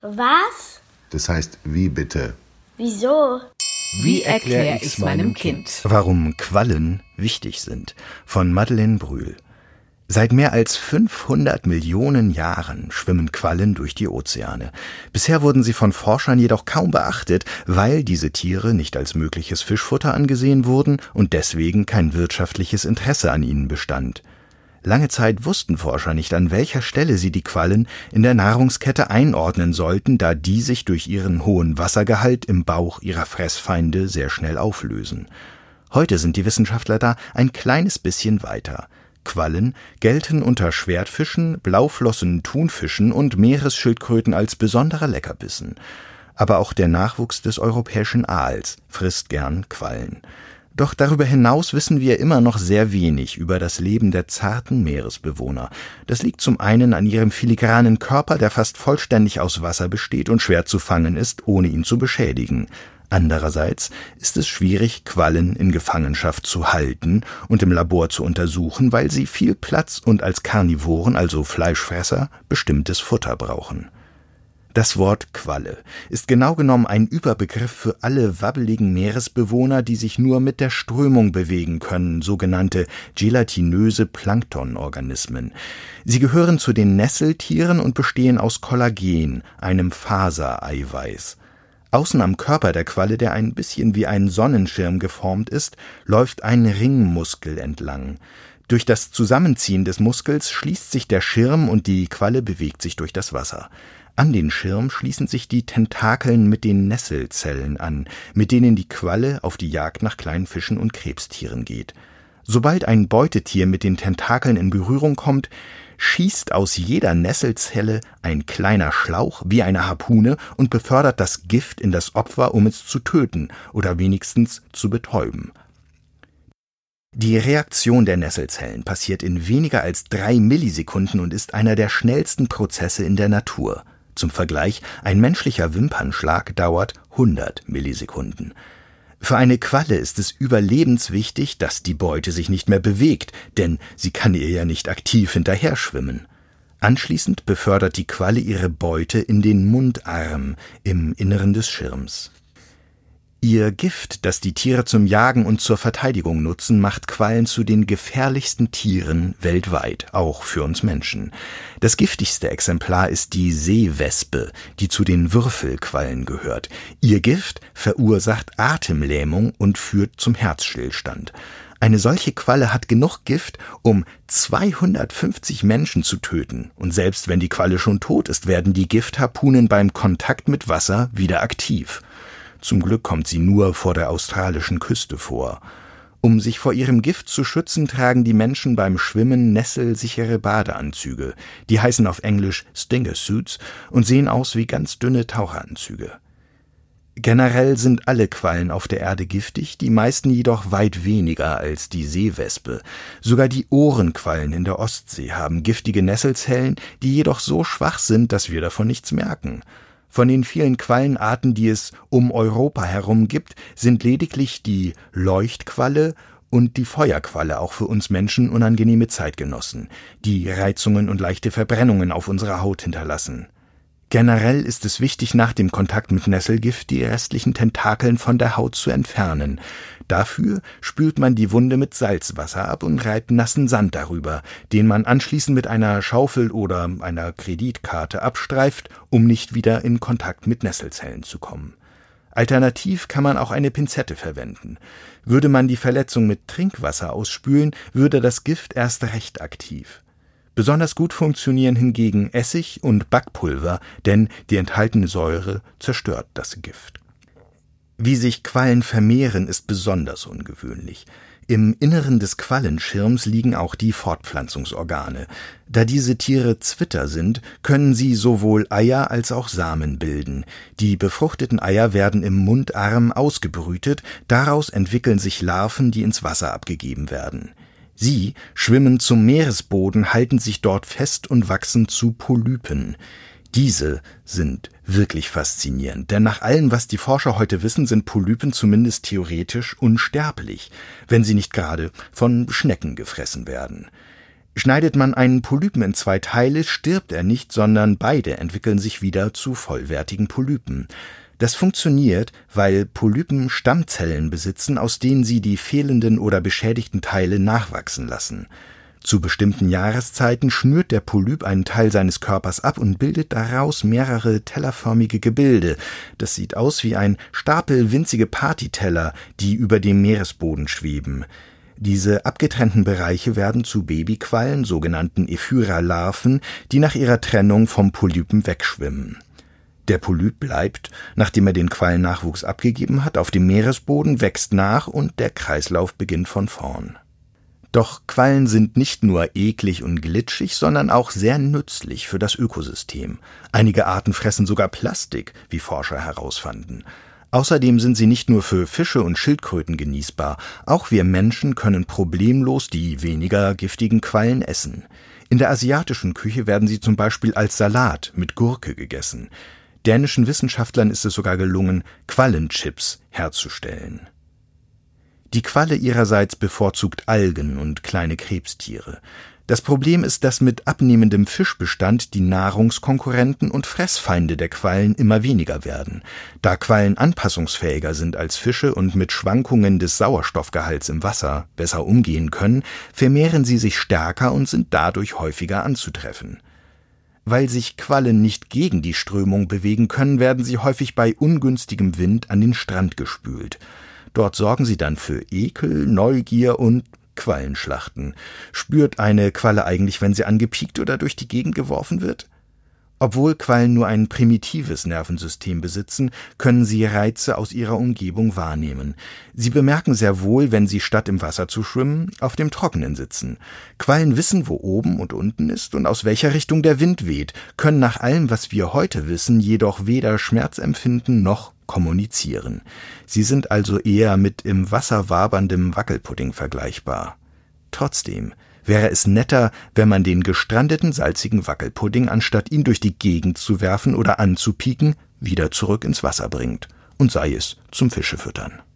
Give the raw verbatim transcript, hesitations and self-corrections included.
Was? Das heißt, wie bitte? Wieso? Wie erkläre ich's meinem Kind? Warum Quallen wichtig sind, von Madeleine Brühl. Seit mehr als fünfhundert Millionen Jahren schwimmen Quallen durch die Ozeane. Bisher wurden sie von Forschern jedoch kaum beachtet, weil diese Tiere nicht als mögliches Fischfutter angesehen wurden und deswegen kein wirtschaftliches Interesse an ihnen bestand. Lange Zeit wussten Forscher nicht, an welcher Stelle sie die Quallen in der Nahrungskette einordnen sollten, da die sich durch ihren hohen Wassergehalt im Bauch ihrer Fressfeinde sehr schnell auflösen. Heute sind die Wissenschaftler da ein kleines bisschen weiter. Quallen gelten unter Schwertfischen, Blauflossen, Thunfischen und Meeresschildkröten als besonderer Leckerbissen. Aber auch der Nachwuchs des europäischen Aals frisst gern Quallen. Doch darüber hinaus wissen wir immer noch sehr wenig über das Leben der zarten Meeresbewohner. Das liegt zum einen an ihrem filigranen Körper, der fast vollständig aus Wasser besteht und schwer zu fangen ist, ohne ihn zu beschädigen. Andererseits ist es schwierig, Quallen in Gefangenschaft zu halten und im Labor zu untersuchen, weil sie viel Platz und als Karnivoren, also Fleischfresser, bestimmtes Futter brauchen. Das Wort Qualle ist genau genommen ein Überbegriff für alle wabbeligen Meeresbewohner, die sich nur mit der Strömung bewegen können, sogenannte gelatinöse Planktonorganismen. Sie gehören zu den Nesseltieren und bestehen aus Kollagen, einem Fasereiweiß. Außen am Körper der Qualle, der ein bisschen wie ein Sonnenschirm geformt ist, läuft ein Ringmuskel entlang. Durch das Zusammenziehen des Muskels schließt sich der Schirm und die Qualle bewegt sich durch das Wasser. An den Schirm schließen sich die Tentakeln mit den Nesselzellen an, mit denen die Qualle auf die Jagd nach kleinen Fischen und Krebstieren geht. Sobald ein Beutetier mit den Tentakeln in Berührung kommt, schießt aus jeder Nesselzelle ein kleiner Schlauch wie eine Harpune und befördert das Gift in das Opfer, um es zu töten oder wenigstens zu betäuben. Die Reaktion der Nesselzellen passiert in weniger als drei Millisekunden und ist einer der schnellsten Prozesse in der Natur. Zum Vergleich, ein menschlicher Wimpernschlag dauert hundert Millisekunden. Für eine Qualle ist es überlebenswichtig, dass die Beute sich nicht mehr bewegt, denn sie kann ihr ja nicht aktiv hinterher schwimmen. Anschließend befördert die Qualle ihre Beute in den Mundarm im Inneren des Schirms. Ihr Gift, das die Tiere zum Jagen und zur Verteidigung nutzen, macht Quallen zu den gefährlichsten Tieren weltweit, auch für uns Menschen. Das giftigste Exemplar ist die Seewespe, die zu den Würfelquallen gehört. Ihr Gift verursacht Atemlähmung und führt zum Herzstillstand. Eine solche Qualle hat genug Gift, um zweihundertfünfzig Menschen zu töten. Und selbst wenn die Qualle schon tot ist, werden die Giftharpunen beim Kontakt mit Wasser wieder aktiv. Zum Glück kommt sie nur vor der australischen Küste vor. Um sich vor ihrem Gift zu schützen, tragen die Menschen beim Schwimmen nesselsichere Badeanzüge. Die heißen auf Englisch Stinger Suits und sehen aus wie ganz dünne Taucheranzüge. Generell sind alle Quallen auf der Erde giftig, die meisten jedoch weit weniger als die Seewespe. Sogar die Ohrenquallen in der Ostsee haben giftige Nesselzellen, die jedoch so schwach sind, dass wir davon nichts merken. Von den vielen Quallenarten, die es um Europa herum gibt, sind lediglich die Leuchtqualle und die Feuerqualle auch für uns Menschen unangenehme Zeitgenossen, die Reizungen und leichte Verbrennungen auf unserer Haut hinterlassen. Generell ist es wichtig, nach dem Kontakt mit Nesselgift die restlichen Tentakeln von der Haut zu entfernen. Dafür spült man die Wunde mit Salzwasser ab und reibt nassen Sand darüber, den man anschließend mit einer Schaufel oder einer Kreditkarte abstreift, um nicht wieder in Kontakt mit Nesselzellen zu kommen. Alternativ kann man auch eine Pinzette verwenden. Würde man die Verletzung mit Trinkwasser ausspülen, würde das Gift erst recht aktiv. Besonders gut funktionieren hingegen Essig und Backpulver, denn die enthaltene Säure zerstört das Gift. Wie sich Quallen vermehren, ist besonders ungewöhnlich. Im Inneren des Quallenschirms liegen auch die Fortpflanzungsorgane. Da diese Tiere Zwitter sind, können sie sowohl Eier als auch Samen bilden. Die befruchteten Eier werden im Mundarm ausgebrütet, daraus entwickeln sich Larven, die ins Wasser abgegeben werden. Sie schwimmen zum Meeresboden, halten sich dort fest und wachsen zu Polypen. Diese sind wirklich faszinierend, denn nach allem, was die Forscher heute wissen, sind Polypen zumindest theoretisch unsterblich, wenn sie nicht gerade von Schnecken gefressen werden. Schneidet man einen Polypen in zwei Teile, stirbt er nicht, sondern beide entwickeln sich wieder zu vollwertigen Polypen. Das funktioniert, weil Polypen Stammzellen besitzen, aus denen sie die fehlenden oder beschädigten Teile nachwachsen lassen. Zu bestimmten Jahreszeiten schnürt der Polyp einen Teil seines Körpers ab und bildet daraus mehrere tellerförmige Gebilde. Das sieht aus wie ein Stapel winzige Partyteller, die über dem Meeresboden schweben. Diese abgetrennten Bereiche werden zu Babyquallen, sogenannten Ephyra-Larven, die nach ihrer Trennung vom Polypen wegschwimmen. Der Polyp bleibt, nachdem er den Quallennachwuchs abgegeben hat, auf dem Meeresboden, wächst nach und der Kreislauf beginnt von vorn. Doch Quallen sind nicht nur eklig und glitschig, sondern auch sehr nützlich für das Ökosystem. Einige Arten fressen sogar Plastik, wie Forscher herausfanden. Außerdem sind sie nicht nur für Fische und Schildkröten genießbar, auch wir Menschen können problemlos die weniger giftigen Quallen essen. In der asiatischen Küche werden sie zum Beispiel als Salat mit Gurke gegessen. Dänischen Wissenschaftlern ist es sogar gelungen, Quallenchips herzustellen. Die Qualle ihrerseits bevorzugt Algen und kleine Krebstiere. Das Problem ist, dass mit abnehmendem Fischbestand die Nahrungskonkurrenten und Fressfeinde der Quallen immer weniger werden. Da Quallen anpassungsfähiger sind als Fische und mit Schwankungen des Sauerstoffgehalts im Wasser besser umgehen können, vermehren sie sich stärker und sind dadurch häufiger anzutreffen. Weil sich Quallen nicht gegen die Strömung bewegen können, werden sie häufig bei ungünstigem Wind an den Strand gespült. Dort sorgen sie dann für Ekel, Neugier und Quallenschlachten. Spürt eine Qualle eigentlich, wenn sie angepiekt oder durch die Gegend geworfen wird? Obwohl Quallen nur ein primitives Nervensystem besitzen, können sie Reize aus ihrer Umgebung wahrnehmen. Sie bemerken sehr wohl, wenn sie statt im Wasser zu schwimmen, auf dem Trockenen sitzen. Quallen wissen, wo oben und unten ist und aus welcher Richtung der Wind weht, können nach allem, was wir heute wissen, jedoch weder Schmerz empfinden noch kommunizieren. Sie sind also eher mit im Wasser waberndem Wackelpudding vergleichbar. Trotzdem wäre es netter, wenn man den gestrandeten salzigen Wackelpudding, anstatt ihn durch die Gegend zu werfen oder anzupieken, wieder zurück ins Wasser bringt, und sei es zum Fischefüttern.